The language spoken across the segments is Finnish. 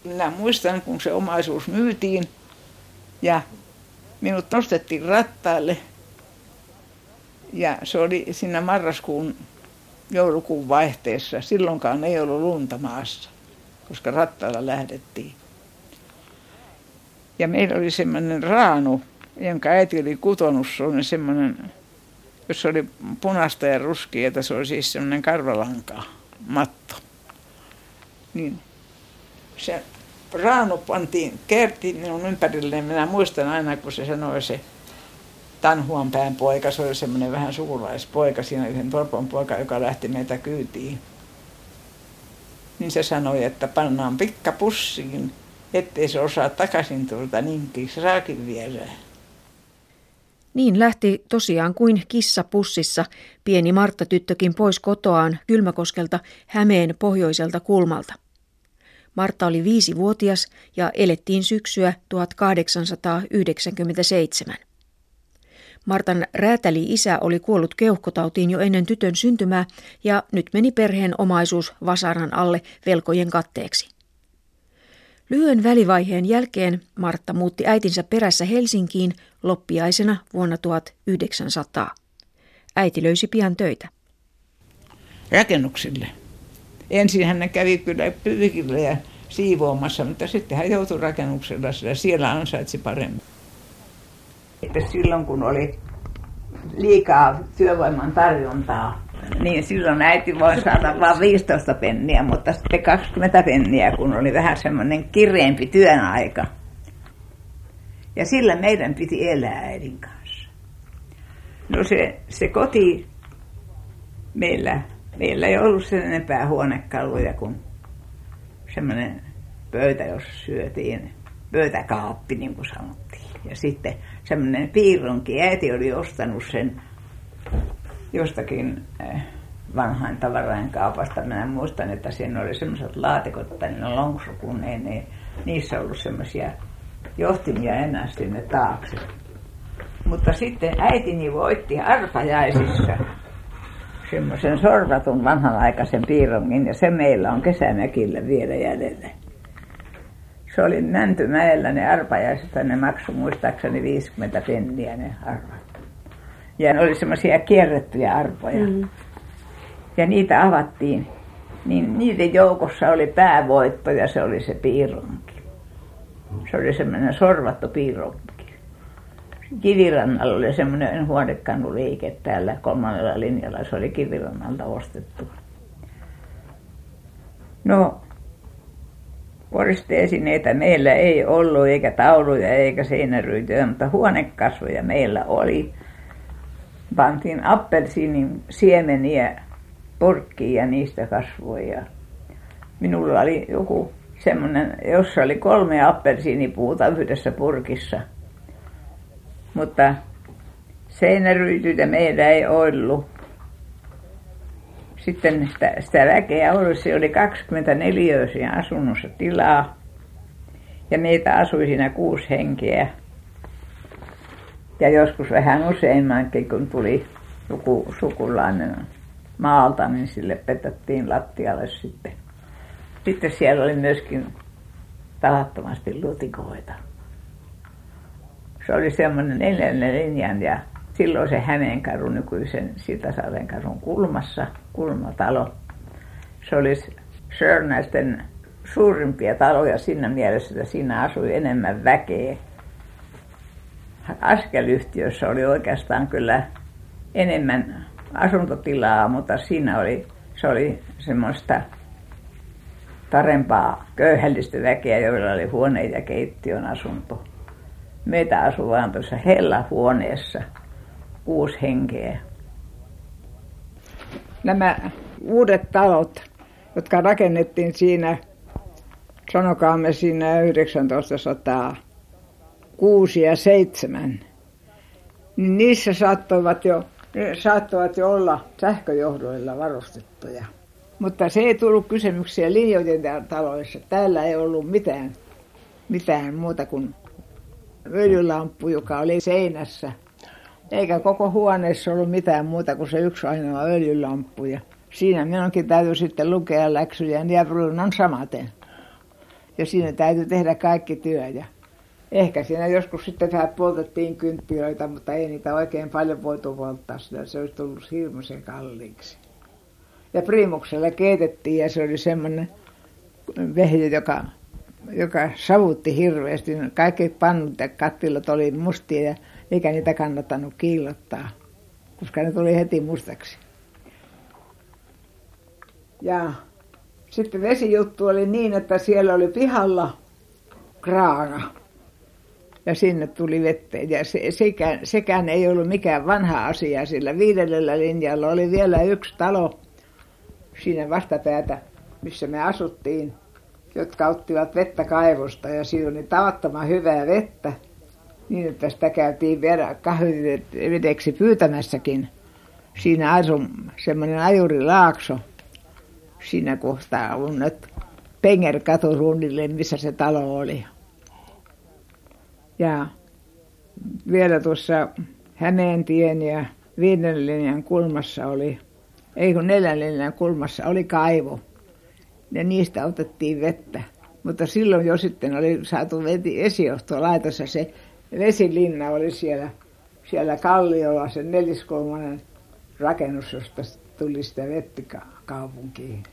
Minä muistan, kun se omaisuus myytiin ja minut nostettiin rattaille. Ja se oli siinä marraskuun joulukuun vaihteessa. Silloinkaan ei ollut lunta maassa, koska rattailla lähdettiin. Ja meillä oli semmoinen raanu, jonka äiti oli kutonut. Se oli semmoinen, jossa oli punaista ja ruskeaa. Se oli siis semmoinen karvalanka matto. Niin se raanu pantiin, kiertiin minun ympärilleen. Minä muistan aina, kun se sanoi se Tanhuanpään poika, se oli semmoinen vähän sukulaispoika, siinä yhden Torpon poika, joka lähti meitä kyytiin. Niin se sanoi, että pannaan pikka pussiin, ettei se osaa takaisin tuolta ninkiksi raakin viereen. Niin lähti tosiaan kuin kissa pussissa pieni Martta-tyttökin pois kotoaan Kylmäkoskelta Hämeen pohjoiselta kulmalta. Martta oli 5-vuotias ja elettiin syksyä 1897. Martan räätäli-isä oli kuollut keuhkotautiin jo ennen tytön syntymää ja nyt meni perheen omaisuus vasaran alle velkojen katteeksi. Lyhyen välivaiheen jälkeen Martta muutti äitinsä perässä Helsinkiin loppiaisena vuonna 1900. Äiti löysi pian töitä. Rakennuksille. Ensin hän kävi kyllä pyykillä ja siivoamassa, mutta sitten hän joutui rakennuksella, sillä siellä ansaitsi paremmin. Että silloin kun oli liikaa työvoiman tarjontaa, niin silloin äiti voi saada vain 15 penniä, mutta sitten 20 penniä, kun oli vähän semmoinen kireempi työn aika. Ja sillä meidän piti elää äidin kanssa. No se koti, meillä ei ollut sen enempää huonekaluja kuin semmoinen pöytä, jossa syötiin, pöytäkaappi niin kuin sanottiin. Ja sitten semmoinen piirronki. Äiti oli ostanut sen jostakin vanhain tavarain kaupasta. Minä muistan, että siinä oli semmoiset laatikot, tai lonksu, kun ei niissä ollut semmoisia johtimia enää sinne taakse. Mutta sitten äitini voitti arpajaisissa semmoisen sorvatun vanhanaikaisen piirrongin, ja se meillä on Kesämäkillä vielä jäljellä. Se oli Mäntymäellä ne arpajaiset, ne maksoi muistaakseni 50 penniä ne arvat. Ja ne oli semmoisia kierrettyjä arpoja. Ja niitä avattiin. Niin niiden joukossa oli päävoitto ja se oli se piirronki. Se oli semmoinen sorvattu piirronki. Kivirannalla oli semmoinen huonekaluliike täällä 3. linjalla. Se oli Kivirannalta ostettu. No, koristeesineitä meillä ei ollut, eikä tauluja, eikä seinäryytyjä, mutta huonekasvoja meillä oli. Pantiin appelsiinin siemeniä purkkiin ja niistä kasvoja. Minulla oli joku semmoinen, jossa oli 3 appelsiinipuuta yhdessä purkissa. Mutta seinäryytyjä meillä ei ollut. Sitten sitä väkeä oli, se oli 24 siinä asunnossa tilaa. Ja meitä asui siinä 6 henkeä. Ja joskus vähän useimmankin, kun tuli joku sukulainen maalta, niin sille petettiin lattialle sitten. Sitten siellä oli myöskin tavattomasti lutikoita. Se oli semmoinen 4. linjan ja silloin se Hämeenkadun nykyisen Siltasaarenkadun kulmatalo. Se oli Sörnäisten suurimpia taloja siinä mielessä, että siinä asui enemmän väkeä. Askelyhtiössä oli oikeastaan kyllä enemmän asuntotilaa, mutta se oli semmoista parempaa köyhällistä väkeä, joilla oli huone ja keittiön asunto. Meitä asui vaan tuossa Hella-huoneessa 6 henkeä. Nämä uudet talot, jotka rakennettiin siinä, sanokaamme siinä 1906 ja 7, niin niissä saattoivat jo olla sähköjohdoilla varustettuja. Mutta se ei tullut kysymyksiä linjojen taloissa. Täällä ei ollut mitään muuta kuin öljylamppu, joka oli seinässä. Eikä koko huoneessa ollut mitään muuta kuin se yksi ainoa öljylamppu. Ja siinä minunkin täytyy sitten lukea läksyjä ja Brunon samaten. Ja siinä täytyy tehdä kaikki työ. Ja ehkä siinä joskus sitten vähän poltettiin kynttilöitä, mutta ei niitä oikein paljon voitu polttaa, sillä se olisi tullut hirmuisen kalliiksi. Ja priimuksella keitettiin ja se oli semmoinen vehje, joka savutti hirveästi. Kaikki pannut ja kattilat oli mustia ja eikä niitä kannattanut kiillottaa, koska ne tuli heti mustaksi. Ja sitten vesijuttu oli niin, että siellä oli pihalla kraana ja sinne tuli vettä. Ja sekään ei ollut mikään vanha asia, sillä 5. linjalla oli vielä yksi talo siinä vastapäätä, missä me asuttiin, jotka ottivat vettä kaivosta ja siinä oli tavattoman hyvää vettä, niin että sitä käytiin vielä kahvivedeksi pyytämässäkin. Siinä asui semmoinen ajurilaakso siinä kohtaa on nyt Pengerkatu suunnilleen, missä se talo oli. Ja vielä tuossa Hämeentien ja 5. linjan kulmassa oli, 4. linjan kulmassa oli kaivo. Ja niistä otettiin vettä. Mutta silloin jo sitten oli saatu vesijohtolaitos ja se vesilinna oli siellä kalliolla, se 4-kolmonen rakennus, josta tuli sitä vettä kaupunkiin.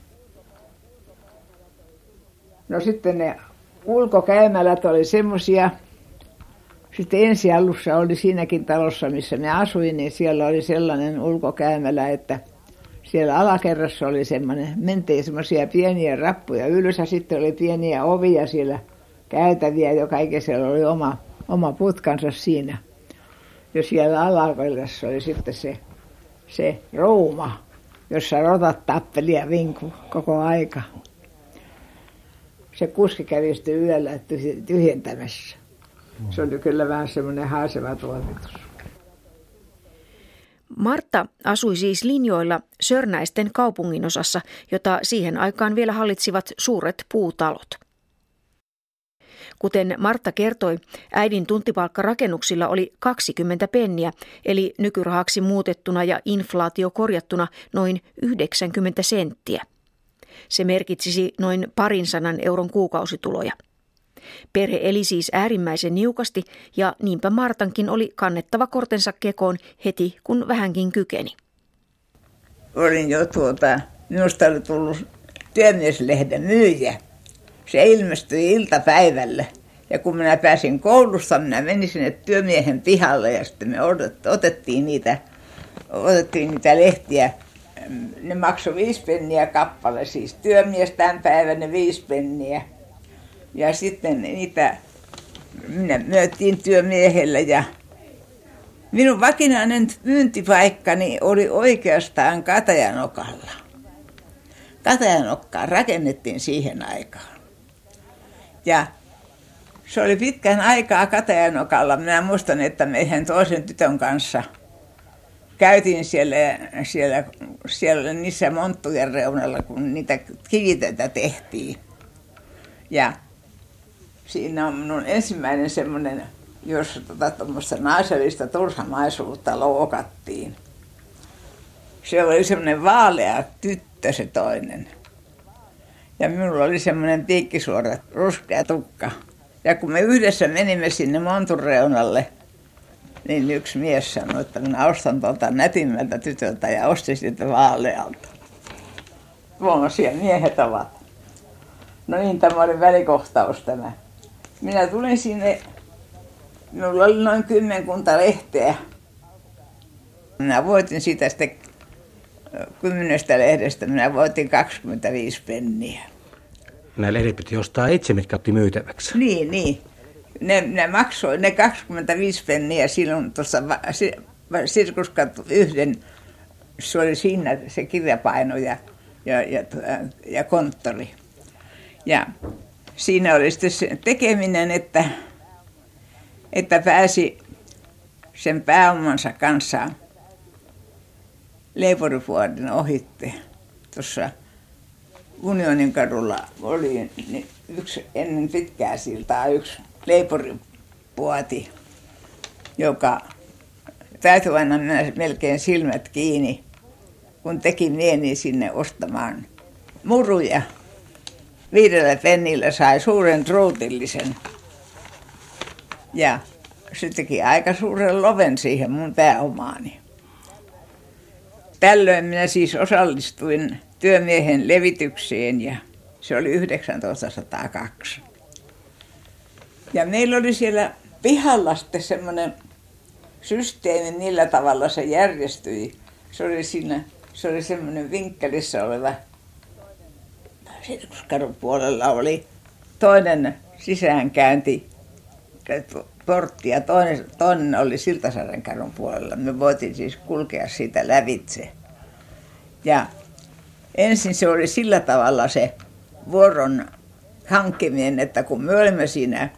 No sitten ne ulkokäymälät oli semmoisia. Sitten ensi alussa oli siinäkin talossa, missä me asuin, niin siellä oli sellainen ulkokäymälä, että siellä alakerrassa oli mentiin semmoisia pieniä rappuja ylös ja sitten oli pieniä ovia siellä käytäviä, joka kaikilla oli oma putkansa siinä. Ja siellä alakerrassa oli sitten se rouma, jossa rotat tappeli ja vinku koko aika. Se kuski kävi sitten yöllä tyhjentämässä. Se oli kyllä vähän semmoinen haiseva toimitus. Martta asui siis linjoilla Sörnäisten kaupunginosassa, jota siihen aikaan vielä hallitsivat suuret puutalot. Kuten Martta kertoi, äidin tuntipalkkarakennuksilla oli 20 penniä, eli nykyrahaksi muutettuna ja inflaatio korjattuna noin 90 senttiä. Se merkitsisi noin 200 euron kuukausituloja. Perhe eli siis äärimmäisen niukasti ja niinpä Martankin oli kannettava kortensa kekoon heti, kun vähänkin kykeni. Olin jo minusta oli tullut työmieslehden myyjä. Se ilmestyi iltapäivällä ja kun minä pääsin koulusta, minä menin sinne työmiehen pihalle ja sitten me otettiin niitä lehtiä. Ne maksoi 5 penniä kappale, siis työmies tämän päivänä 5 penniä. Ja sitten niitä minä myytiin työmiehelle ja minun vakinainen myyntipaikkani oli oikeastaan Katajanokalla. Katajanokkaa rakennettiin siihen aikaan. Ja se oli pitkän aikaa Katajanokalla. Minä muistan, että meidän toisen tytön kanssa käytiin siellä niissä monttujen reunalla, kun niitä kivitöitä tehtiin. Ja siinä on minun ensimmäinen semmoinen, jos tuommoista naisellista turhamaisuutta loukattiin. Se oli semmoinen vaalea tyttö se toinen. Ja minulla oli semmoinen piikkisuora ruskea tukka. Ja kun me yhdessä menimme sinne montun reunalle, niin yksi mies sanoi, että minä ostan tuolta nätimmältä tytöltä ja ostin sitten vaalealta. Tuommoisia miehet ovat. No niin, tämä oli välikohtaus tämä. Minä tulin sinne, minulla oli noin 10 lehteä. Minä voitin siitä sitten 10 lehdestä, minä voitin 25 penniä. Nämä lehdet piti ostaa itse, mitkä otti myytäväksi. Niin. Ne maksoi ne 25 penniä silloin tuossa Sirkuskatu 1. Se oli siinä se kirjapaino ja konttori. Ja siinä oli sitten se tekeminen, että pääsi sen pääomansa kanssa Leiporivuoden ohitte. Tuossa Unioninkadulla oli yksi ennen pitkää siltaa yksi Leiporipuoti, joka täytyi aina melkein silmät kiinni, kun teki mieli sinne ostamaan muruja. 5 pennillä sai suuren truutillisen. Ja se teki aika suuren loven siihen mun pääomaani. Tällöin minä siis osallistuin työmiehen levitykseen ja se oli 1902. Ja meillä oli siellä pihalla sitten semmoinen systeemi, millä tavalla se järjestyi. Se oli semmoinen vinkkelissä oleva, Sirkuskadun puolella oli toinen sisäänkäynti, portti ja toinen oli Siltasaaren kadun puolella. Me voitiin siis kulkea siitä lävitse. Ja ensin se oli sillä tavalla se vuoron hankkiminen, että kun me olimme siinä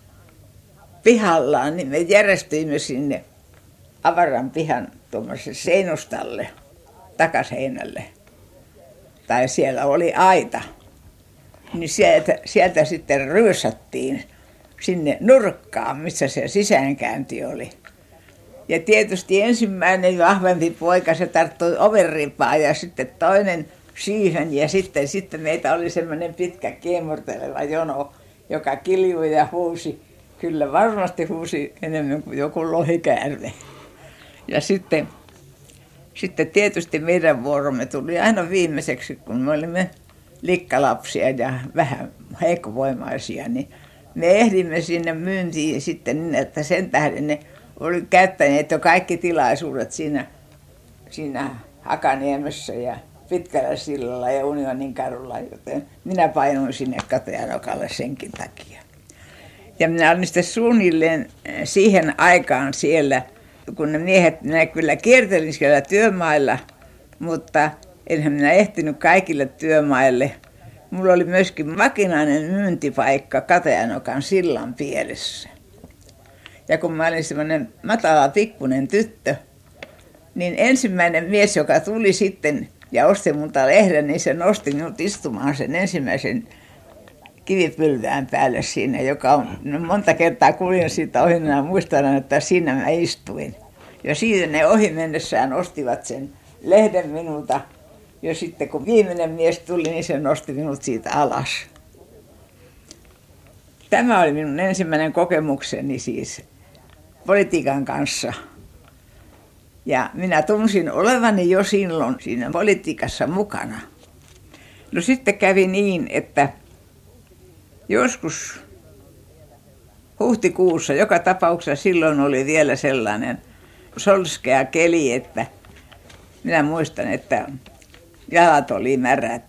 pihallaan, niin me järjestyimme sinne avaran pihan tuommoiselle seinustalle, takaseinälle. Tai siellä oli aita. Niin sieltä sitten ryösättiin sinne nurkkaan, missä se sisäänkäynti oli. Ja tietysti ensimmäinen vahvempi poika, se tarttui ovenripaan ja sitten toinen siihen. Ja sitten meitä oli semmoinen pitkä kiemurteleva jono, joka kiljui ja huusi. Kyllä varmasti huusi enemmän kuin joku lohikäärme. Ja sitten tietysti meidän vuoromme tuli aina viimeiseksi, kun me olimme likkalapsia ja vähän heikkovoimaisia, niin me ehdimme sinne myyntiin sitten niin, että sen tähden ne oli käyttäneet jo kaikki tilaisuudet siinä Hakaniemessä ja Pitkällä sillalla ja Unionin kadulla, joten minä painuin sinne Katajanokalle senkin takia. Ja minä olin sitten suunnilleen siihen aikaan siellä, kun ne miehet, minä kyllä kiertelin siellä työmailla, mutta enhän minä ehtinyt kaikille työmaille. Mulla oli myöskin vakinainen myyntipaikka Katajanokan sillan pielessä. Ja kun mä olin semmoinen matala pikkunen tyttö, niin ensimmäinen mies, joka tuli sitten ja osti multa lehden, niin se nosti minut istumaan sen ensimmäisen kivipylvään päälle siinä, joka on monta kertaa kuljin siitä ohi, ja muistan, että siinä mä istuin. Ja siitä ne ohi mennessään ostivat sen lehden minulta. Ja sitten kun viimeinen mies tuli, niin se nosti minut siitä alas. Tämä oli minun ensimmäinen kokemukseni siis politiikan kanssa. Ja minä tunsin olevani jo silloin siinä politiikassa mukana. No sitten kävi niin, että joskus huhtikuussa, joka tapauksessa silloin oli vielä sellainen solskea keli, että minä muistan, että jalat oli märät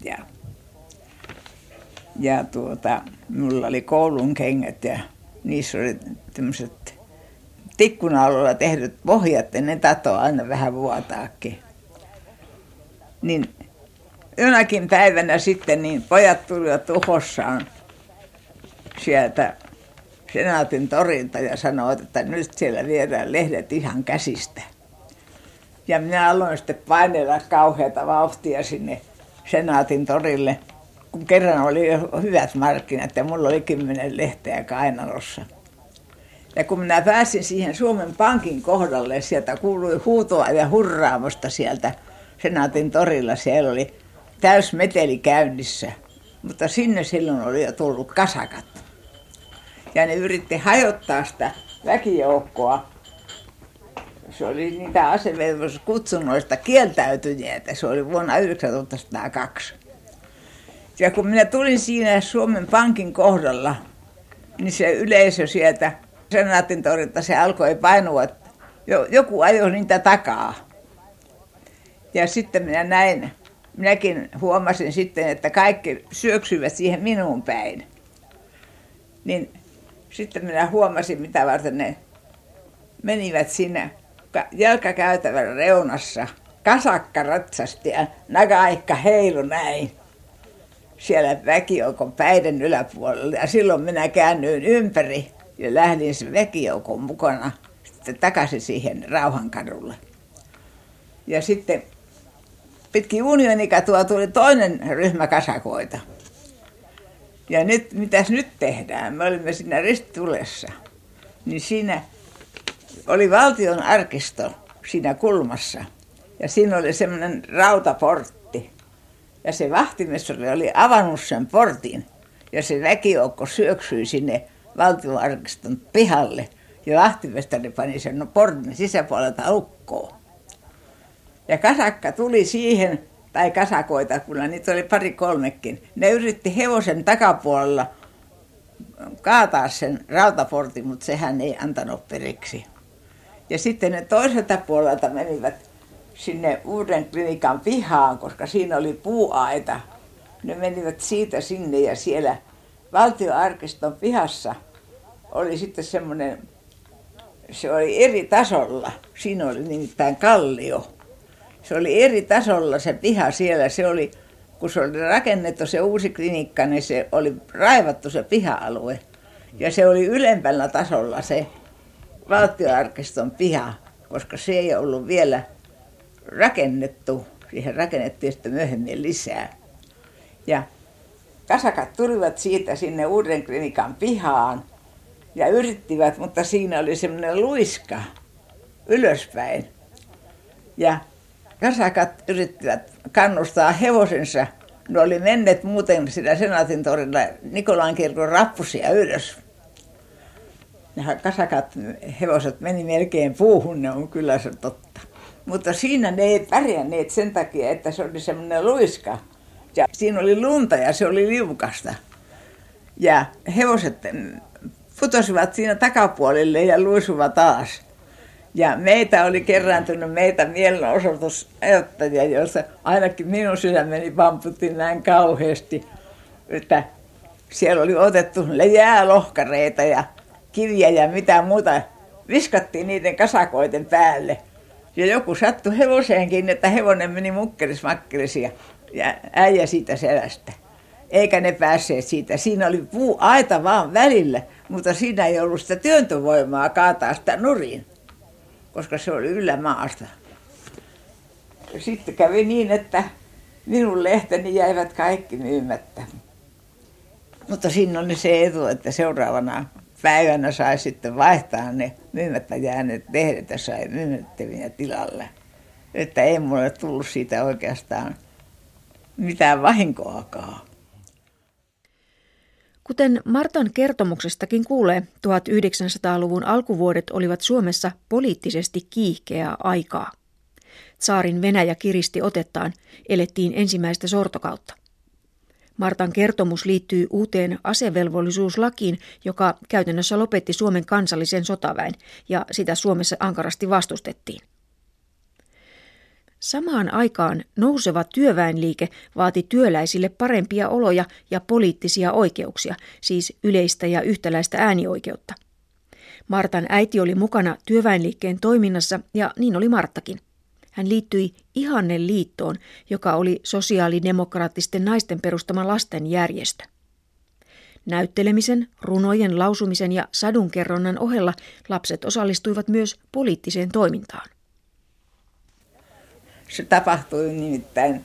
ja minulla oli koulun kengät ja niissä oli tämmöiset tikkunaulalla tehdyt pohjat ja ne tahtoi aina vähän vuotaakin. Niin jonakin päivänä sitten niin pojat tulivat uhossaan sieltä Senaatin torilta ja sanoivat, että nyt siellä viedään lehdet ihan käsistä. Ja minä aloin sitten painella kauheata vauhtia sinne Senaatin torille, kun kerran oli jo hyvät markkinat ja mulla oli 10 lehteä kainalossa. Ja kun minä pääsin siihen Suomen Pankin kohdalle, sieltä kuului huutoa ja hurraamosta sieltä Senaatin torilla. Siellä oli täys meteli käynnissä, mutta sinne silloin oli jo tullut kasakat. Ja ne yritti hajottaa sitä väkijoukkoa. Se oli niitä asevelvollisuuskutsunnoista kieltäytyneitä. Se oli vuonna 1902. Ja kun minä tulin siinä Suomen Pankin kohdalla, niin se yleisö sieltä Senaatin torilta se alkoi painua, että joku ajoi niitä takaa. Ja sitten minäkin huomasin sitten, että kaikki syöksyivät siihen minuun päin. Niin sitten minä huomasin, mitä varten ne menivät siinä jalkakäytävän reunassa. Kasakka ratsasti ja nagaikka heilu näin siellä väkijoukon päiden yläpuolella. Ja silloin minä käännyin ympäri ja lähdin sen väkijoukon mukana sitten takaisin siihen Rauhankadulle. Ja sitten pitkin Unionikatua tuli toinen ryhmä kasakoita. Ja nyt, mitäs nyt tehdään? Me olimme siinä ristitulessa. Niin siinä oli valtion arkisto siinä kulmassa. Ja siinä oli semmoinen rautaportti. Ja se vahtimestari oli avannut sen portin ja se väkijoukko syöksyi sinne valtionarkiston pihalle. Ja vahtimestari pani sen portin sisäpuolelta lukkoon. Ja kasakka tuli siihen, tai kasakoita, kyllä niitä oli 2-3. Ne yritti hevosen takapuolella kaataa sen rautaportin, mutta sehän ei antanut periksi. Ja sitten ne toiselta puolelta menivät sinne uuden klinikan pihaan, koska siinä oli puuaita. Ne menivät siitä sinne ja siellä valtionarkiston pihassa oli sitten semmoinen, se oli eri tasolla. Siinä oli nimittäin kallio. Se oli eri tasolla se piha siellä. Se oli, kun se oli rakennettu se uusi klinikka, niin se oli raivattu se piha-alue. Ja se oli ylempänä tasolla se valtionarkiston piha, koska se ei ollut vielä rakennettu. Siihen rakennettiin sitten myöhemmin lisää. Ja kasakat tulivat siitä sinne uuden klinikan pihaan ja yrittivät, mutta siinä oli semmoinen luiska ylöspäin. Ja kasakat yrittivät kannustaa hevosensa. Ne oli menneet muuten sillä Senaatin torilla Nikolan kirkon rappusia ylös. Ja kasakat, hevoset meni melkein puuhun, ne on kyllä se totta. Mutta siinä ne ei pärjänneet sen takia, että se oli semmoinen luiska. Ja siinä oli lunta ja se oli liukasta. Ja hevoset putosivat siinä takapuolelle ja luisuvat taas. Ja meitä oli kerääntynyt mielenosoitusajattajia, joissa ainakin minun sydämeni pamputti näin kauheasti, että siellä oli otettu jäälohkareita ja kiviä ja mitä muuta. Viskattiin niiden kasakoiden päälle. Ja joku sattui hevoseenkin, että hevonen meni mukkelismakkelisia ja äijä siitä selästä. Eikä ne päässeet siitä. Siinä oli puuaita vaan välillä, mutta siinä ei ollut sitä työntövoimaa kaataa sitä nurin, koska se oli ylämaasta. Sitten kävi niin, että minun lehteni jäivät kaikki myymättä. Mutta siinä oli se etu, että seuraavana päivänä sai sitten vaihtaa ne myymättä jääneet lehdet ja sai myymättäviä tilalle. Että ei mulle tullut siitä oikeastaan mitään vahinkoakaan. Kuten Martan kertomuksestakin kuulee, 1900-luvun alkuvuodet olivat Suomessa poliittisesti kiihkeää aikaa. Tsaarin Venäjä kiristi otettaan, elettiin ensimmäistä sortokautta. Martan kertomus liittyy uuteen asevelvollisuuslakiin, joka käytännössä lopetti Suomen kansallisen sotaväen, ja sitä Suomessa ankarasti vastustettiin. Samaan aikaan nouseva työväenliike vaati työläisille parempia oloja ja poliittisia oikeuksia, siis yleistä ja yhtäläistä äänioikeutta. Martan äiti oli mukana työväenliikkeen toiminnassa ja niin oli Marttakin. Hän liittyi Ihanneliittoon, joka oli sosiaalidemokraattisten naisten perustama lastenjärjestö. Näyttelemisen, runojen lausumisen ja sadunkerronnan ohella lapset osallistuivat myös poliittiseen toimintaan. Se tapahtui nimittäin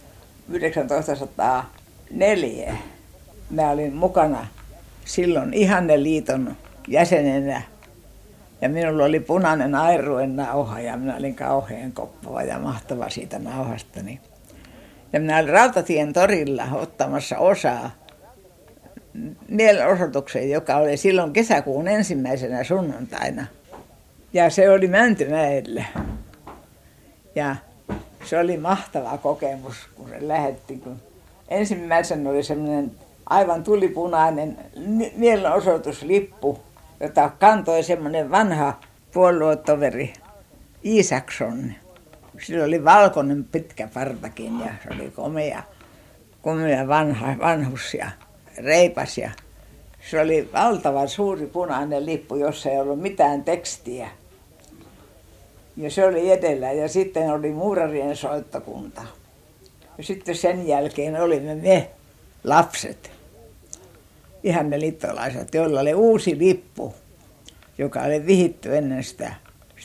1904. Mä olin mukana silloin Ihanneliiton jäsenenä ja minulla oli punainen airuen nauha ja minä olin kauhean koppava ja mahtava siitä nauhastani. Ja minä olin Rautatien torilla ottamassa osaa mielenosoitukseen, joka oli silloin kesäkuun 1. sunnuntaina. Ja se oli Mäntymäellä. Ja se oli mahtava kokemus, kun se lähetti. Kun ensimmäisenä oli semmoinen aivan tulipunainen mielenosoituslippu, jota kantoi semmoinen vanha puoluetoveri Isaksson. Sillä oli valkoinen pitkä partakin ja se oli komea vanhus ja reipas. Ja se oli valtavan suuri punainen lippu, jossa ei ollut mitään tekstiä. Ja se oli edellä ja sitten oli muurarien soittokunta. Ja sitten sen jälkeen olimme me lapset, ihanneliittolaiset, joilla oli uusi lippu, joka oli vihitty ennen sitä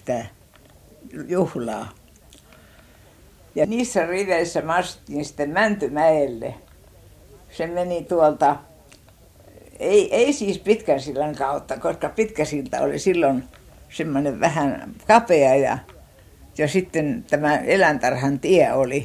juhlaa. Ja niissä riveissä mastuttiin sitten Mäntymäelle. Se meni tuolta, ei siis Pitkäsillan kautta, koska Pitkäsilta oli silloin semmoinen vähän kapea ja sitten tämä Eläintarhan tie oli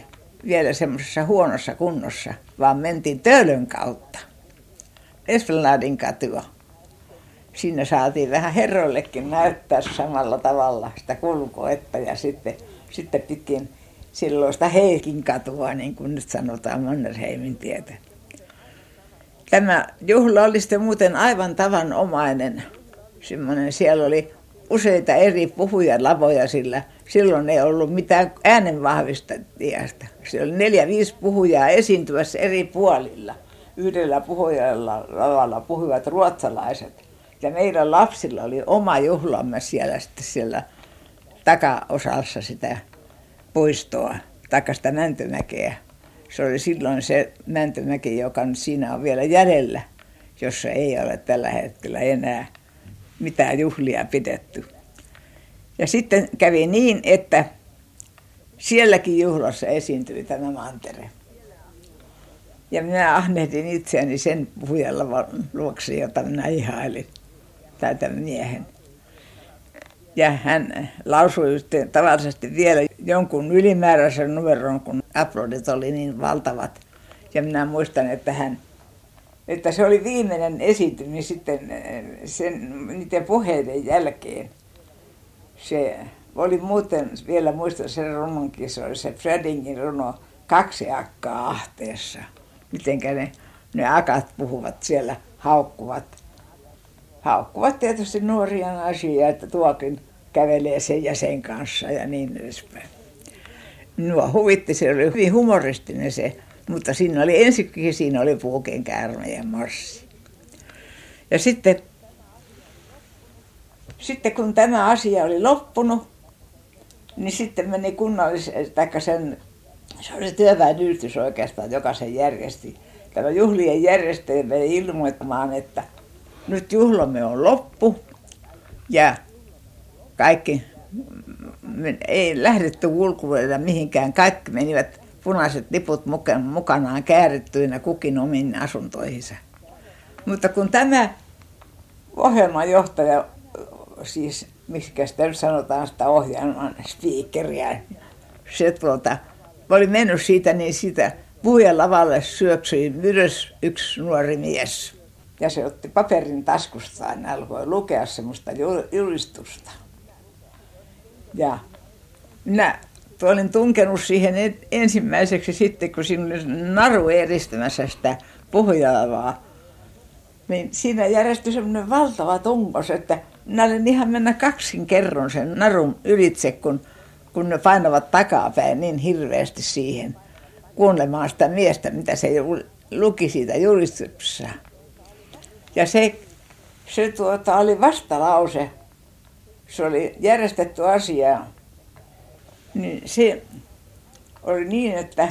vielä semmoisessa huonossa kunnossa, vaan mentiin Töölön kautta. Esplanadin katua. Siinä saatiin vähän herroillekin näyttää samalla tavalla sitä kulkuetta ja sitten pitkin silloista Heikin katua, niin kuin nyt sanotaan Mannerheimin tietä. Tämä juhla oli sitten muuten aivan tavanomainen. Siellä oli useita eri puhujalavoja, sillä silloin ei ollut mitään äänenvahvistajasta. Siellä oli 4-5 puhujaa esiintyvässä eri puolilla. Yhdellä puhujalla lavalla puhuivat ruotsalaiset. Ja meidän lapsilla oli oma juhlamme siellä takaosassa sitä puistoa, taikka sitä Mäntymäkeä. Se oli silloin se Mäntymäki, joka nyt siinä on vielä jäljellä, jossa ei ole tällä hetkellä enää mitään juhlia pidetty. Ja sitten kävi niin, että sielläkin juhlassa esiintyi tämä mantere. Ja minä ahnehdin itseäni sen puhujalla luokse, jota minä ihailin, tai tämän miehen. Ja hän lausui tavallisesti vielä jonkun ylimääräisen numeron, kun aplodit oli niin valtavat. Ja minä muistan, että se oli viimeinen esiintyminen sitten niiden puheiden jälkeen. Se oli muuten, vielä muistan sen runonkin, se oli se Fredingin runo 2 akkaa ahteessa. Mitenkä ne akat puhuvat siellä, haukkuvat tietysti nuoria naisia, että tuokin kävelee sen ja sen kanssa ja niin edespäin. Minua huvitti, se oli hyvin humoristinen se, mutta siinä oli puukenkäärmeen marssi. Ja sitten kun tämä asia oli loppunut, niin sitten meni se oli työväenyhdistys oikeastaan, joka sen järjesti. Tämä juhlien järjestäjä meni ilmoittamaan, että nyt juhlamme on loppu ja kaikki ei lähdetty ulkopuolelle mihinkään. Kaikki menivät punaiset liput mukanaan käärittyinä kukin omiin asuntoihinsa. Mutta kun tämä ohjelmanjohtaja, siis miksikä sitä nyt sanotaan sitä ohjelman speakeria, se oli mennyt siitä, niin siitä puhujalavalle syöksyi ylös yksi nuori mies. Ja se otti paperin taskustaan ja alkoi lukea semmoista julistusta. Ja minä olin tunkenut siihen ensimmäiseksi sitten, kun siinä oli naru eristämässä sitä puhujalavaa. Niin siinä järjestyi semmoinen valtava tunkos, että minä olin ihan mennä 2 kerran sen narun ylitse, kun ne painavat takapäin niin hirveästi siihen kuuntelemaan sitä miestä, mitä se luki siitä julistuksessa. Ja se oli vastalause, se oli järjestetty asia, niin se oli niin, että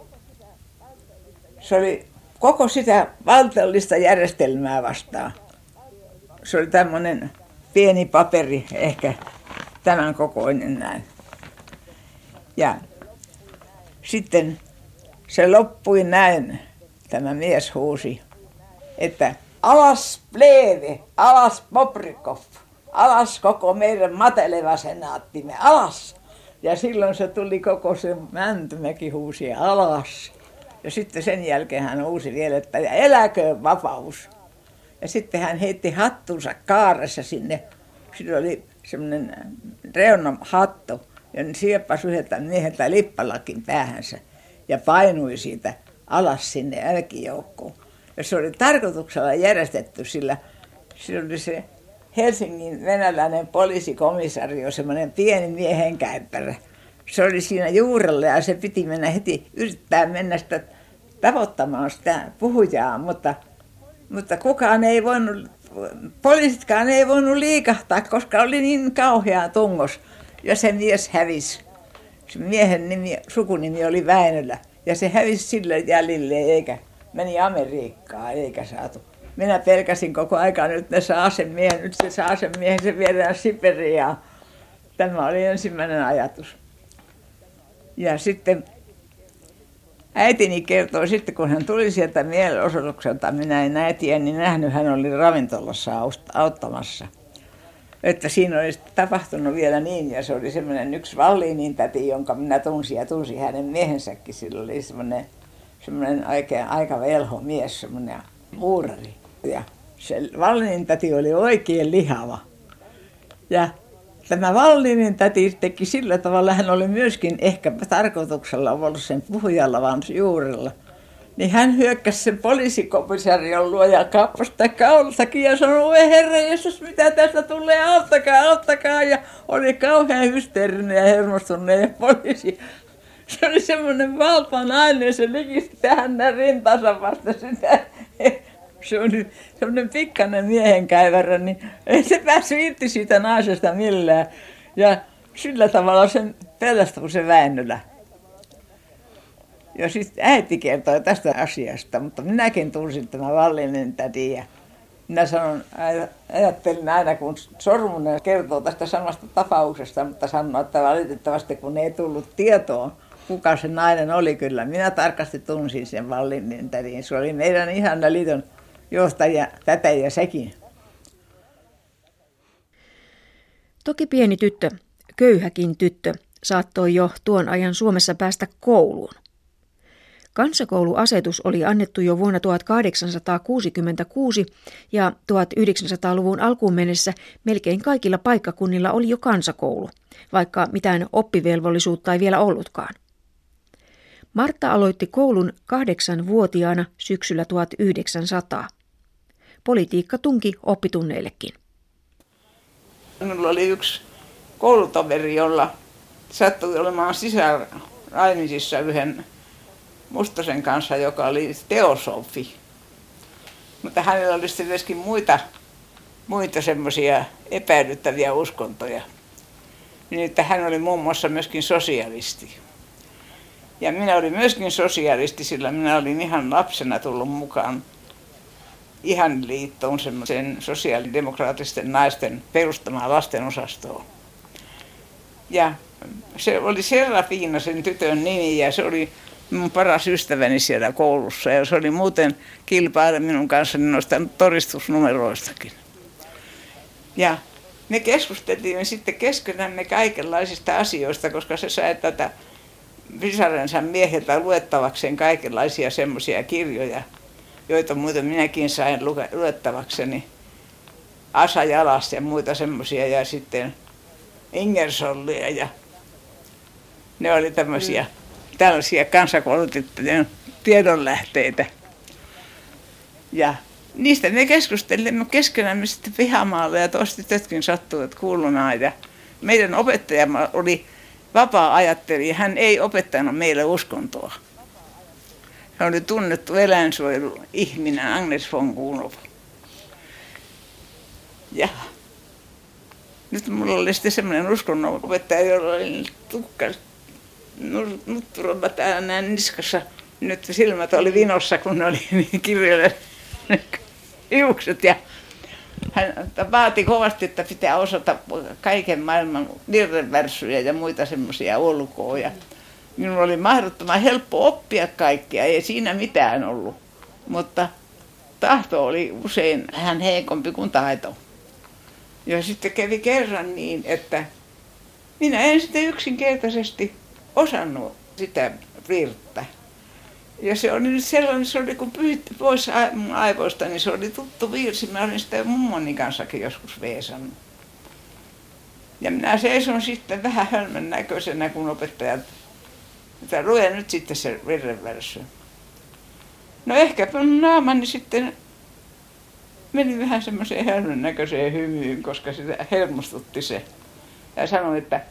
se oli koko sitä valtiollista järjestelmää vastaan. Se oli tämmöinen pieni paperi, ehkä tämän kokoinen näin. Ja sitten se loppui näin, tämä mies huusi, että alas plebe, alas Bobrikov, alas koko meidän mateleva senaattimme, alas. Ja silloin se tuli koko se Mäntymäki huusi alas. Ja sitten sen jälkeen hän huusi vielä, että eläköön vapaus. Ja sitten hän heitti hattunsa kaaressa sinne. Siinä oli semmoinen reunahattu, ja sieppasi yhdeltä mieheltä lippalakin päähänsä ja painui siitä alas sinne älkijoukkoon. Ja se oli tarkoituksella järjestetty, sillä siinä oli se Helsingin venäläinen poliisikomisario, semmoinen pieni miehenkäyppärä. Se oli siinä juurella ja se piti yrittää mennä sitä tavoittamaan sitä puhujaa, mutta kukaan ei voinut, poliisitkaan ei voinut liikahtaa, koska oli niin kauhea tungos. Ja se mies hävisi. Se miehen sukunimi oli Väinölä ja se hävisi sille jäljille eikä meni Amerikkaan eikä saatu. Minä pelkäsin koko aikaa nyt se asemiehen, se viedään Siperiaan. Tämä oli ensimmäinen ajatus. Ja sitten äitini kertoi sitten, kun hän tuli sieltä mielenosoitukselta, minä en äitiäni nähnyt, hän oli ravintolassa auttamassa. Että siinä oli tapahtunut vielä niin, ja se oli semmoinen yksi Wallinin täti, jonka minä tunsin ja tunsin hänen miehensäkin. Sillä oli semmoinen aika velho mies, semmoinen muurari. Ja se Wallinin täti oli oikein lihava. Ja tämä Wallinin täti teki sillä tavalla, hän oli myöskin ehkä tarkoituksella ollut sen puhujalla juurella. Niin hän hyökkäsi sen poliisikomisarion luo ja kappasi kaultakin ja sanoi, oi herra Jeesus, mitä tästä tulee, auttakaa. Ja oli kauhean hysteerinen ja hermostunut ja poliisi. Se oli semmoinen valtava nainen, se likisti tähän rintansa vasta sitä. Se oli semmoinen pikkainen miehenkäivärä, niin ei se päässyt irti siitä naisesta millään. Ja sillä tavalla sen pelästyi se Väinölä. Ja sitten äiti kertoi tästä asiasta, mutta minäkin tunsin tämä Wallinin täti ja minä ajattelin aina, kun Sormunen kertoo tästä samasta tapauksesta, mutta sanoi, että valitettavasti kun ei tullut tietoa, kuka se nainen oli kyllä. Minä tarkasti tunsin sen Wallinin tätin. Se oli meidän ihana liiton johtaja, tätä sekin. Toki pieni tyttö, köyhäkin tyttö, saattoi jo tuon ajan Suomessa päästä kouluun. Kansakouluasetus oli annettu jo vuonna 1866 ja 1900-luvun alkuun mennessä melkein kaikilla paikkakunnilla oli jo kansakoulu, vaikka mitään oppivelvollisuutta ei vielä ollutkaan. Martta aloitti koulun 8-vuotiaana syksyllä 1900. Politiikka tunki oppitunneillekin. Minulla oli yksi koulutoveri, jolla sattui olemaan sisaraimisissa yhden Mustosen kanssa, joka oli teosofi. Mutta hänellä oli sitten myöskin muita semmoisia epäilyttäviä uskontoja. Niin, että hän oli muun muassa myöskin sosialisti. Ja minä olin myöskin sosialisti, sillä minä olin ihan lapsena tullut mukaan ihan liittoon semmoisen sosiaalidemokraattisten naisten perustamaan lastenosastoon. Ja se oli Serafina sen tytön nimi ja se oli minun paras ystäväni siellä koulussa ja se oli muuten kilpailla minun kanssani noista todistusnumeroistakin. Ja me keskustelimme sitten keskenämme kaikenlaisista asioista, koska se sai tätä visarensa mieheltä luettavakseen kaikenlaisia semmoisia kirjoja, joita muuten minäkin sain luettavakseni. Asa Jalas ja muita semmoisia ja sitten Ingersollia ja ne oli tällaisia kansakoulutettujen tiedonlähteitä. Ja niistä me keskustelimme keskenämme sitten pihamaalla ja tosti tytötkin sattuivat kuulumaan. Ja meidän opettajamme oli vapaa-ajattelija, hän ei opettanut meille uskontoa. Hän oli tunnettu eläinsuojeluihminen Agnes von Kuhnhoff. Ja nyt mulla oli sitten semmoinen uskonnonopettaja, jolla oli nutturomba täällä näin niskassa. Nyt silmät oli vinossa, kun ne oli niin kirjoille hiukset. Ja hän vaati kovasti, että pitää osata kaiken maailman virrenvärssyjä ja muita semmoisia ulkoa. Ja minulla oli mahdottoman helppo oppia kaikkia, ei siinä mitään ollut. Mutta tahto oli usein vähän heikompi kuin taito. Ja sitten kävi kerran niin, että minä en sitten yksinkertaisesti osannut sitä virttä. Ja se oli nyt sellainen, se oli kun pyyhti pois mun aivoista, niin se oli tuttu virsi. Mä olin sitä mummoni kanssakin joskus veesannut. Ja minä seison sitten vähän hölmön näköisenä, kun opettajat, että lue nyt sitten se virrenvärssy. No ehkä naamani sitten meni vähän semmoiseen hölmön näköiseen hymyyn, koska sitä hermostutti se. Ja sanoi, että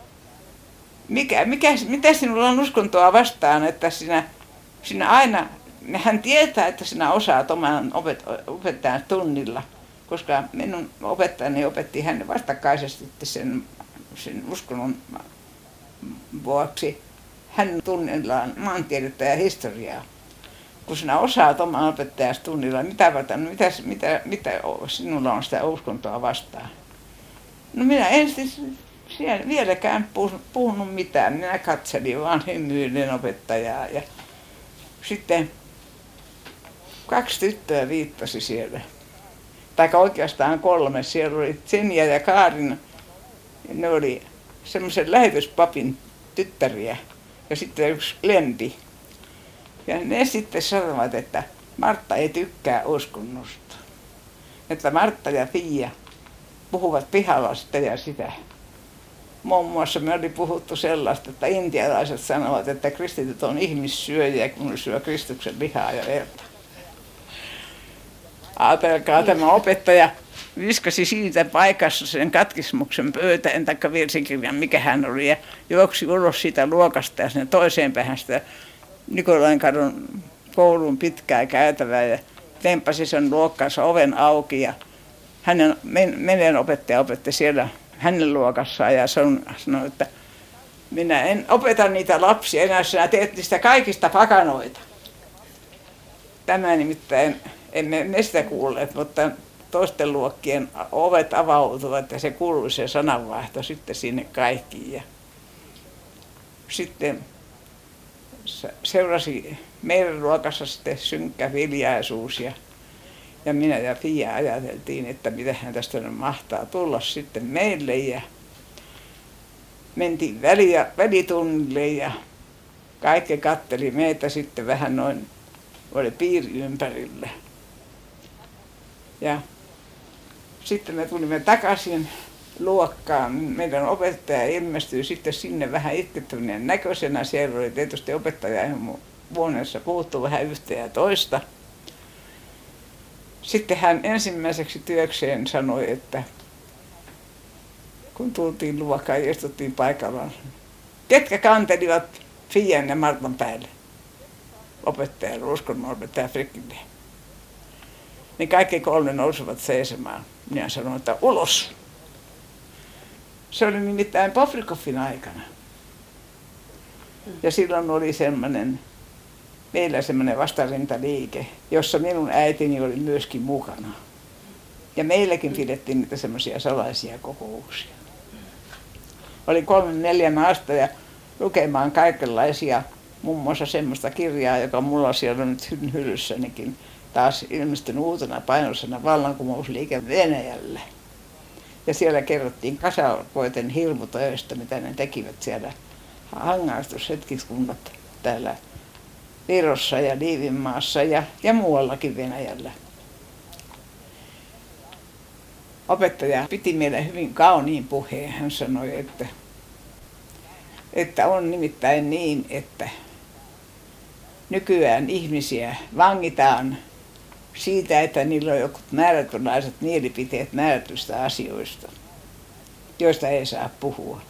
mitä sinulla on uskontoa vastaan, että sinä aina, hän tietää, että sinä osaat oman opettajan tunnilla, koska minun opettajani opetti hän vastakkaisesti sen uskonnon vuoksi hän tunnillaan maantiedettä ja historiaa. Kun sinä osaat oman opettajasi tunnilla, mitä sinulla on sitä uskontoa vastaan? No minä en siellä vieläkään puhunut mitään. Minä katselin vaan hymyillen opettajaa ja sitten 2 tyttöä viittasi siellä. tai oikeastaan 3. Siellä oli Senja ja Kaarina. Ne oli semmoisen lähetyspapin tyttäriä ja sitten yksi Lempi. Ja ne sitten sanovat, että Martta ei tykkää uskonnosta. Että Martta ja Fia puhuvat pihalla sitä ja sitä. Muun muassa me oli puhuttu sellaista, että intialaiset sanovat, että kristityt on ihmissyöjiä, kun ne syö Kristuksen lihaa ja verta. Ajatelkaa, tämä opettaja viskasi siitä paikassa sen katkismuksen pöytään tai virsikirjan, mikä hän oli, ja juoksi ulos siitä luokasta ja sinne toiseen päähän sitä Nikolainkadun koulun pitkää käytävää ja tempasi sen luokkansa oven auki ja hänen meidän opettaja opetti siellä hänen luokassaan ja sanoi, että minä en opeta niitä lapsia enää, sinä teet niistä kaikista pakanoita. Tämä nimittäin, emme me sitä kuulleet, mutta toisten luokkien ovet avautuvat ja se kuului se sananvaihto sitten sinne kaikkiin. Ja sitten seurasi meidän luokassa sitten synkkä hiljaisuus ja minä ja Fia ajateltiin, että mitähän tästä nyt mahtaa tulla sitten meille ja mentiin välitunnille ja kaikki katteli meitä sitten vähän noin, oli piiri ympärillä. Ja sitten me tulimme takaisin luokkaan. Meidän opettaja ilmestyi sitten sinne vähän itkettyneen näköisenä. Siellä oli tietysti opettaja huoneessa puhuttu vähän yhtä ja toista. Sitten hän ensimmäiseksi työkseen sanoi, että kun tultiin luokkaan ja istuttiin paikallaan, ketkä kantelivat Fian ja Martan päälle? Opettaja, uskonnonopettaja Frikkille. Niin kaikki 3 nousivat seisomaan. Minä sanoin, että ulos. Se oli nimittäin Pofrikovin aikana. Ja silloin oli meillä semmoinen vastarintaliike, jossa minun äitini oli myöskin mukana. Ja meilläkin pidettiin niitä semmoisia salaisia kokouksia. Oli 3-4 naista ja lukemaan kaikenlaisia, muun muassa semmoista kirjaa, joka mulla siellä on nyt hyllyssänikin, taas ilmestynyt uutena painosana vallankumousliike Venäjällä. Ja siellä kerrottiin kasakoiden hirmutöistä, mitä ne tekivät siellä hangaistushetkiskunnat täällä Virossa ja Liivinmaassa ja muuallakin Venäjällä. Opettaja piti meille hyvin kauniin puheen. Hän sanoi, että on nimittäin niin, että nykyään ihmisiä vangitaan siitä, että niillä on jotkut määrätynlaiset mielipiteet määrätyistä asioista, joista ei saa puhua.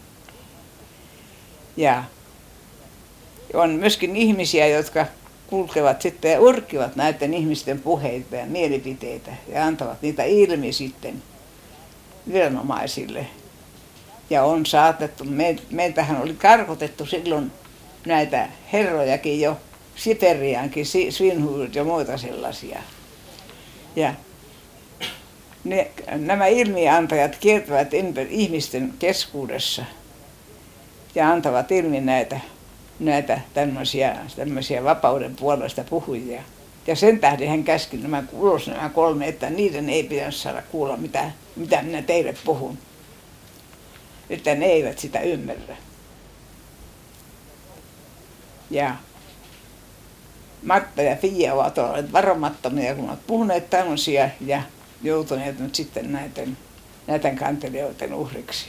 Ja on myöskin ihmisiä, jotka kulkevat sitten ja urkkivat näiden ihmisten puheita ja mielipiteitä ja antavat niitä ilmi sitten viranomaisille. Ja on saatettu, meiltähän oli karkotettu silloin näitä herrojakin jo Siperiaankin, Svinhuilut ja muita sellaisia. Ja nämä ilmiantajat kiertävät ihmisten keskuudessa ja antavat ilmi näitä tämmöisiä vapauden puolesta puhujia. Ja sen tähden hän käski nämä 3, että niiden ei pitäisi saada kuulla, mitä minä teille puhun. Että ne eivät sitä ymmärrä. Ja Martta ja Fia ovat olleet varomattomia, kun ovat puhuneet tämmöisiä ja joutuneet nyt sitten näiden kantelijoiden uhriksi.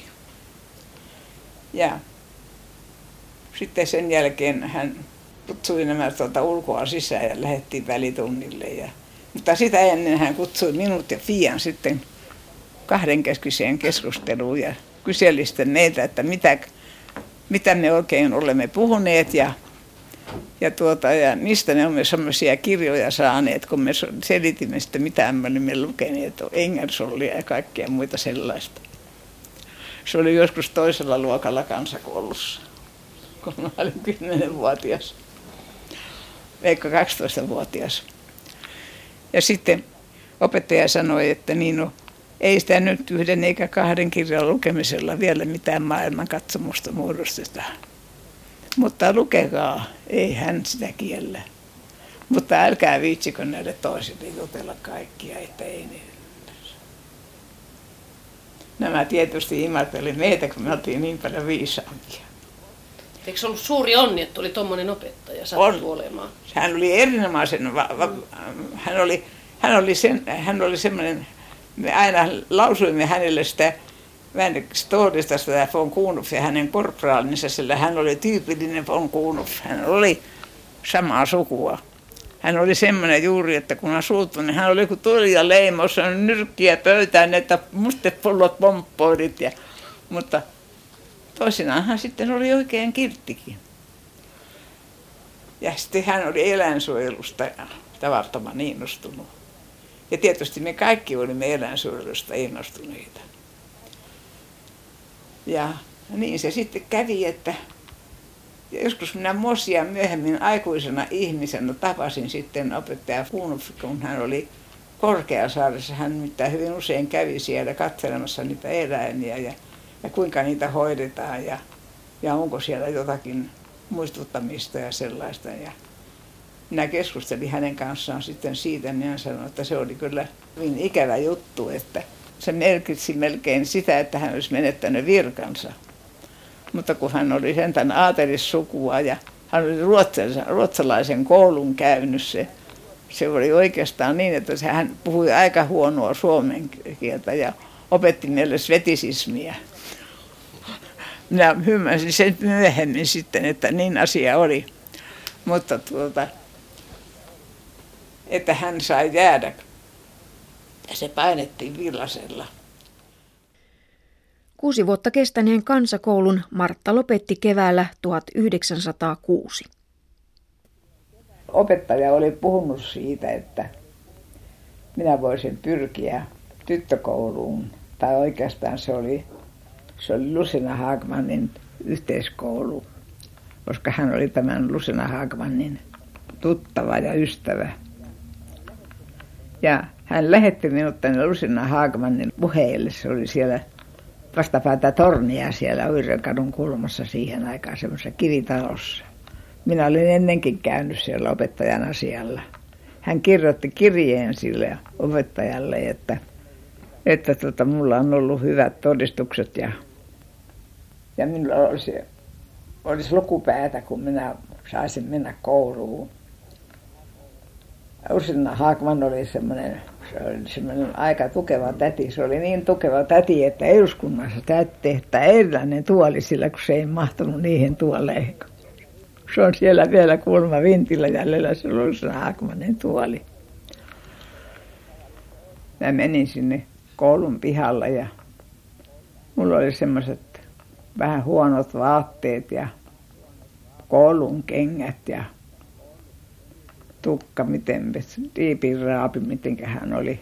Ja sitten sen jälkeen hän kutsui nämä ulkoa sisään ja lähdettiin välitunnille. Mutta sitä ennen hän kutsui minut ja Fian sitten kahdenkeskiseen keskusteluun ja kyseli sitten meiltä, että mitä me oikein olemme puhuneet ja mistä me olemme sellaisia kirjoja saaneet, kun me selitimme sitten, mitä me olimme lukeneet, Engelsollia ja kaikkia muita sellaista. Se oli joskus toisella luokalla kansakoulussa, kun mä olin 10-vuotias, eikä 12-vuotias. Ja sitten opettaja sanoi, että ei sitä nyt 1 eikä 2 kirjan lukemisella vielä mitään maailmankatsomusta muodosteta. Mutta lukekaa, ei hän sitä kiellä. Mutta älkää viitsikö näille toisille jutella kaikkia, että ei ne ymmärrä. nämä tietysti imarteli meitä, kun me oltiin niin paljon viisaampia. Eikö se ollut suuri onni, että oli tommoinen opettaja sattu olemaan? Hän oli erinomaisen, hän oli semmoinen, me aina lausuimme hänelle sitä Stoodista sitä von Kuhnhoff ja hänen korporaalinsa, sillä hän oli tyypillinen von Kuhnhoff. Hän oli samaa sukua. Hän oli semmoinen juuri, että kun hän suuttui, niin hän oli kuin tuli ja leimos, nyrkkiä pöytään, että mustepullot pomppoidit. Mutta toisinaan hän sitten oli oikein kilttikin. Ja sitten hän oli eläinsuojelusta tavattoman innostunut. Ja tietysti me kaikki olimme eläinsuojelusta innostuneita. Ja niin se sitten kävi, että joskus minä Mosia myöhemmin aikuisena ihmisenä tapasin sitten opettaja Kuhnhoff, kun hän oli Korkeasaaressa. Hän mitään hyvin usein kävi siellä katselemassa niitä eläimiä ja kuinka niitä hoidetaan ja onko siellä jotakin muistuttamista ja sellaista. Ja minä keskustelin hänen kanssaan sitten siitä, niin hän sanoi, että se oli kyllä hyvin ikävä juttu, että se merkitsi melkein sitä, että hän olisi menettänyt virkansa. Mutta kun hän oli sentään aatelissukua ja hän oli ruotsalaisen koulun käynyt, se oli oikeastaan niin, että hän puhui aika huonoa suomen kieltä ja opetti meille svetisismiä. Minä ymmärsin sen myöhemmin sitten, että niin asia oli, mutta että hän sai jäädä ja se painettiin villasella. 6 vuotta kestäneen kansakoulun Martta lopetti keväällä 1906. Opettaja oli puhunut siitä, että minä voisin pyrkiä tyttökouluun, tai oikeastaan se oli Lucina Hagmanin yhteiskoulu, koska hän oli tämän Lucina Hagmanin tuttava ja ystävä. Ja hän lähetti minut tänne Lucina Hagmanin puheille, se oli siellä vastapäätä tornia siellä Yrjönkadun kulmassa siihen aikaan semmoisessa kivitalossa. Minä olin ennenkin käynyt siellä opettajan asialla. Hän kirjoitti kirjeen sille opettajalle, että mulla on ollut hyvät todistukset ja minulla olisi lukupäätä, kun minä saisin mennä kouluun. Lucina Hagman oli semmoinen aika tukeva täti. Se oli niin tukeva täti, että eduskunnassa täytyy tehdä erilainen tuoli sillä, kun se ei mahtunut niihin tuoleihin. Se on siellä vielä kuulemma vintillä jäljellä se Lucina Hagmanin tuoli. Mä menin sinne koulun pihalla ja mulla oli semmoiset vähän huonot vaatteet ja koulun kengät ja tukka, tiipinraapi, mitenkähän oli.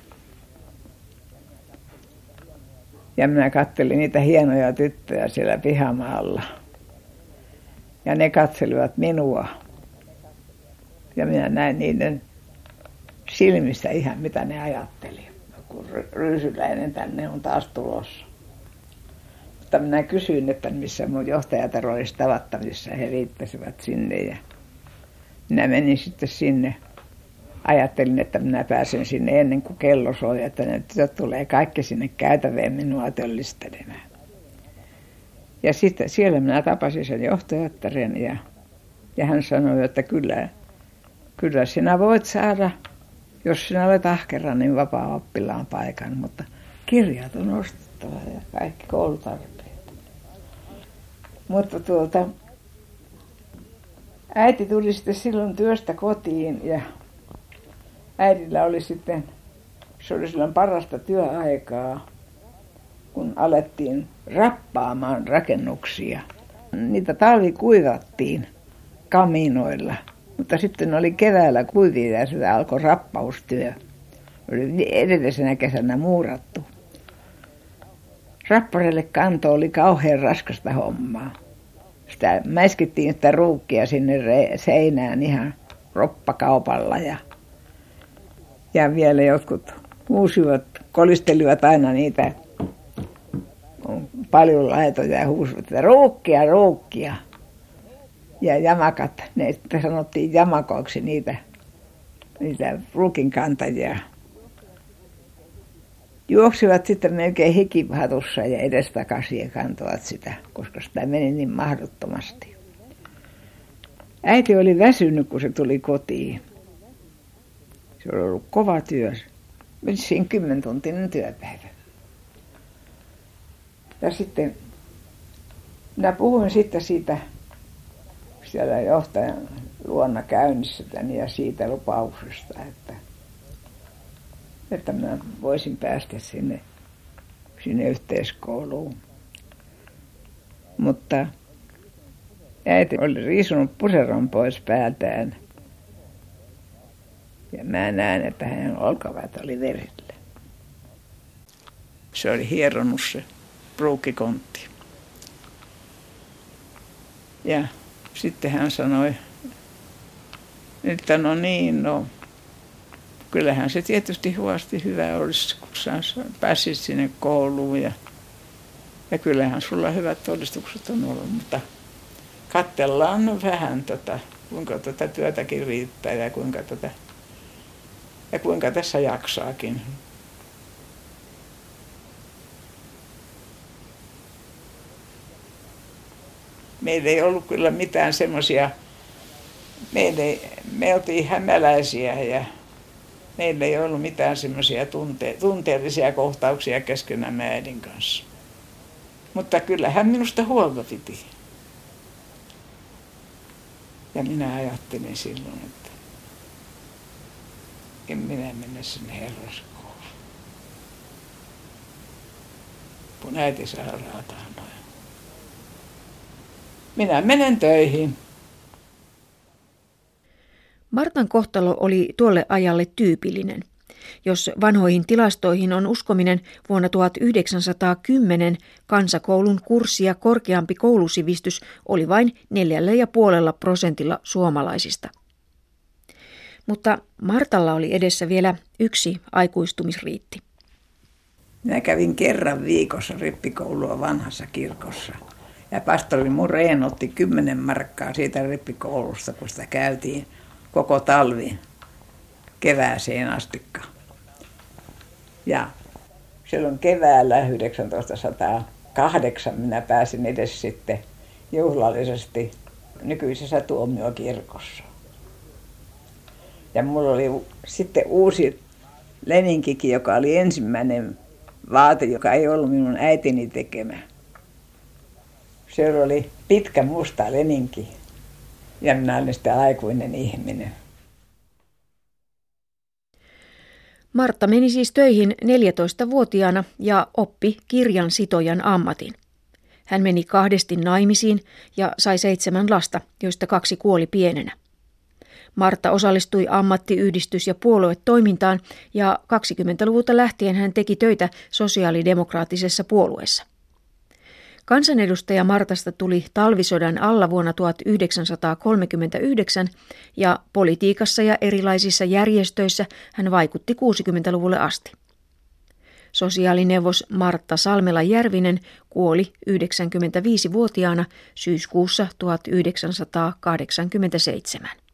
Ja minä katselin niitä hienoja tyttöjä siellä pihamaalla. Ja ne katselivat minua. Ja minä näin niiden silmistä ihan mitä ne ajatteli. Kun ryysyläinen tänne on taas tulossa. Mutta minä kysyin, että missä mun johtajatar olisi tavattavissa. He viittasivat sinne ja minä menin sitten sinne. Ajattelin, että minä pääsen sinne ennen kuin kello soi, että ne tytöt tulee kaikki sinne käytäveen minua töllistelemään. Ja sitten siellä minä tapasin sen johtajattaren ja hän sanoi, että kyllä sinä voit saada, jos sinä olet ahkera, niin vapaa-oppilaan paikan, mutta kirjat on ostettava ja kaikki koulutarpeet. Mutta äiti tuli sitten silloin työstä kotiin ja äidillä oli sitten, se oli silloin parasta työaikaa, kun alettiin rappaamaan rakennuksia. Niitä talvikuivattiin kaminoilla, mutta sitten oli keväällä kuivia ja sitä alkoi rappaustyö. Oli edellisenä kesänä muurattu. Rappareille kanto oli kauhean raskasta hommaa. Sitä mäiskittiin sitä ruukkia sinne seinään ihan roppakaupalla ja vielä jotkut huusivat, kolistelivat aina niitä paljon laitoja ja huusivat, että ruukkia. Ja jamakat, ne sanottiin jamakoiksi niitä ruukin kantajia. juoksivat sitten melkein hikihatussa ja edestakaisin ja kantoivat sitä, koska sitä meni niin mahdottomasti. Äiti oli väsynyt, kun se tuli kotiin. Se oli ollut kova työ. Vissiin 10-tuntinen työpäivä. Ja sitten minä puhuin sitten siitä siellä johtajan luona käynnissä ja siitä lupauksesta, että minä voisin päästä sinne yhteiskouluun. Mutta äiti oli riisunut puseron pois päältään. Ja mä näen, että hänen olkavat oli verillä. Se oli hieronut se pruukkikontti. Ja sitten hän sanoi, että kyllähän se tietysti huonosti hyvä olisi, kun sä pääsit sinne kouluun. Ja kyllähän sulla hyvät todistukset on ollut, mutta katsellaan vähän, kuinka työtäkin riittää ja kuinka tässä jaksaakin. Meillä ei ollut kyllä mitään semmoisia, me oltiin hämäläisiä ja meillä ei ollut mitään semmoisia tunteellisia kohtauksia keskenään äidin kanssa. Mutta kyllä hän minusta huolta piti. Ja minä ajattelin silloin, että en minä mennä sinne herraskouluun, kun äiti saa raataa noin. Minä menen töihin. Martan kohtalo oli tuolle ajalle tyypillinen. Jos vanhoihin tilastoihin on uskominen, vuonna 1910 kansakoulun kurssia korkeampi koulusivistys oli vain 4,5% suomalaisista. Mutta Martalla oli edessä vielä yksi aikuistumisriitti. Minä kävin kerran viikossa rippikoulua vanhassa kirkossa. Ja pastori Mureen otti 10 markkaa siitä rippikoulusta, kun sitä käytiin koko talvi kevääseen astikka. Ja silloin keväällä 1908 minä pääsin edes sitten juhlallisesti nykyisessä tuomiokirkossa. Ja mulla oli sitten uusi leninkiki, joka oli ensimmäinen vaate, joka ei ollut minun äitini tekemä. Siellä oli pitkä musta leninki ja minä olin sitten aikuinen ihminen. Martta meni siis töihin 14-vuotiaana ja oppi kirjansitojan ammatin. Hän meni 2 naimisiin ja sai 7 lasta, joista 2 kuoli pienenä. Martta osallistui ammattiyhdistys- ja puoluetoimintaan ja 20-luvulta lähtien hän teki töitä sosiaalidemokraattisessa puolueessa. Kansanedustaja Martasta tuli talvisodan alla vuonna 1939 ja politiikassa ja erilaisissa järjestöissä hän vaikutti 60-luvulle asti. Sosiaalineuvos Martta Salmela-Järvinen kuoli 95-vuotiaana syyskuussa 1987.